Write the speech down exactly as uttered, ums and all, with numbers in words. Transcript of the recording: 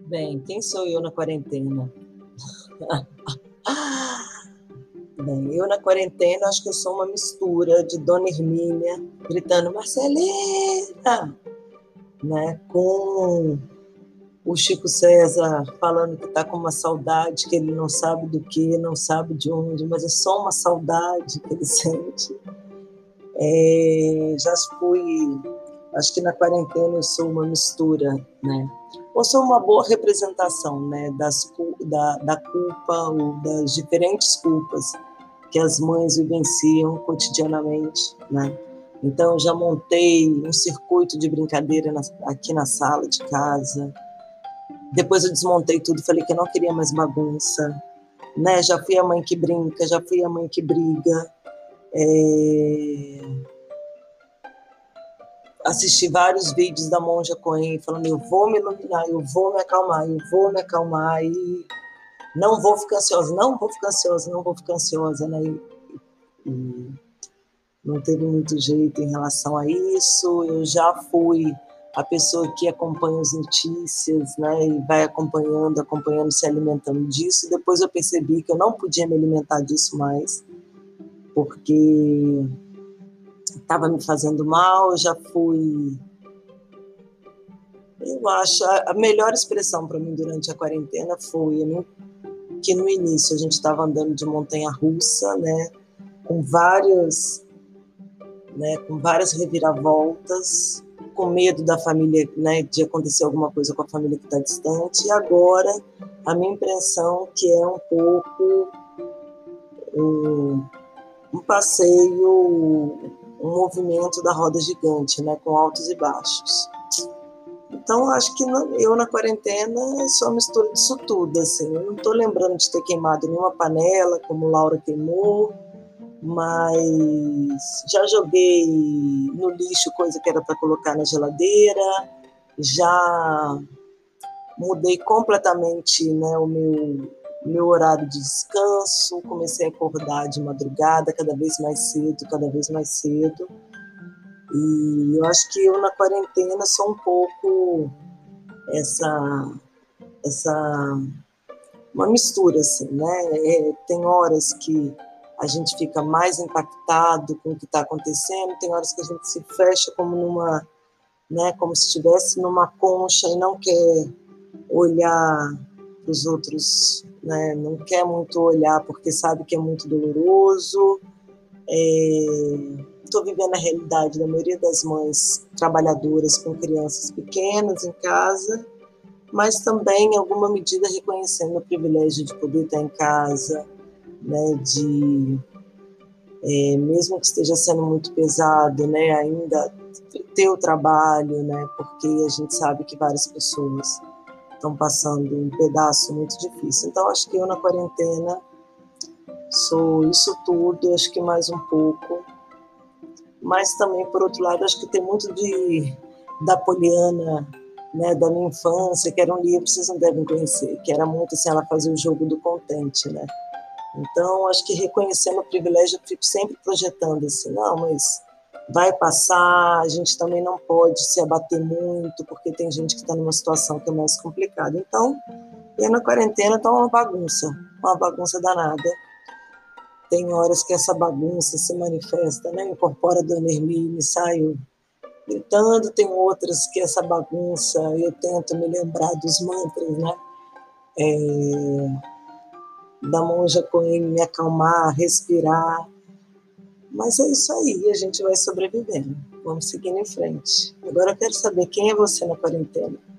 Bem, quem sou eu na quarentena? Bem, eu na quarentena acho que eu sou uma mistura de Dona Hermínia gritando Marcelina, né, com o Chico César falando que está com uma saudade que ele não sabe do que, não sabe de onde, mas é só uma saudade que ele sente. É, já fui, acho que na quarentena eu sou uma mistura, né? Ou sou uma boa representação, né, das, da, da culpa ou das diferentes culpas que as mães vivenciam cotidianamente, né? Então, eu já montei um circuito de brincadeira na, aqui na sala de casa. Depois eu desmontei tudo, falei que eu não queria mais bagunça, né? Já fui a mãe que brinca, já fui a mãe que briga. É... Assisti vários vídeos da Monja Coen falando eu vou me iluminar, eu vou me acalmar, eu vou me acalmar e não vou ficar ansiosa, não vou ficar ansiosa, não vou ficar ansiosa, né? E, e não teve muito jeito em relação a isso. Eu já fui a pessoa que acompanha as notícias, né, e vai acompanhando, acompanhando, se alimentando disso. Depois eu percebi que eu não podia me alimentar disso mais, porque estava me fazendo mal. Eu já fui... Eu acho a melhor expressão para mim durante a quarentena foi né, que no início a gente estava andando de montanha-russa, né, com vários... Né, com várias reviravoltas, com medo da família, né, de acontecer alguma coisa com a família que está distante. E agora, a minha impressão que é um pouco um, um passeio, um movimento da roda gigante, né, com altos e baixos. Então, acho que eu, na quarentena, sou uma mistura disso tudo. Assim. Eu não estou lembrando de ter queimado nenhuma panela, como Laura queimou, mas já joguei no lixo coisa que era para colocar na geladeira, já mudei completamente, né, o meu, meu horário de descanso, comecei a acordar de madrugada cada vez mais cedo, cada vez mais cedo, e eu acho que eu na quarentena sou um pouco essa, essa uma mistura, assim, né, é, tem horas que a gente fica mais impactado com o que está acontecendo, tem horas que a gente se fecha como numa, né, como se estivesse numa concha e não quer olhar para os outros, né, não quer muito olhar porque sabe que é muito doloroso. Estou é, vivendo a realidade da maioria das mães trabalhadoras com crianças pequenas em casa, mas também, em alguma medida, reconhecendo o privilégio de poder estar em casa, né, de... É, mesmo que esteja sendo muito pesado, né, ainda ter o trabalho, né, porque a gente sabe que várias pessoas estão passando um pedaço muito difícil. Então, acho que eu, na quarentena, sou isso tudo, acho que mais um pouco. Mas também, por outro lado, acho que tem muito de, da Poliana, né, da minha infância, que era um livro que vocês não devem conhecer, que era muito assim, ela fazia o jogo do contente, né? Então, acho que reconhecendo o privilégio, eu fico sempre projetando assim, não, mas vai passar, a gente também não pode se abater muito, porque tem gente que está numa situação que é mais complicada. Então, eu na quarentena está uma bagunça, uma bagunça danada. Tem horas que essa bagunça se manifesta, né? Incorpora a Dona Hermínia e saio gritando, tem outras que essa bagunça, eu tento me lembrar dos mantras, né? É... da Monja Coen, me acalmar, respirar. Mas é isso aí, a gente vai sobrevivendo. Vamos seguindo em frente. Agora eu quero saber quem é você na quarentena.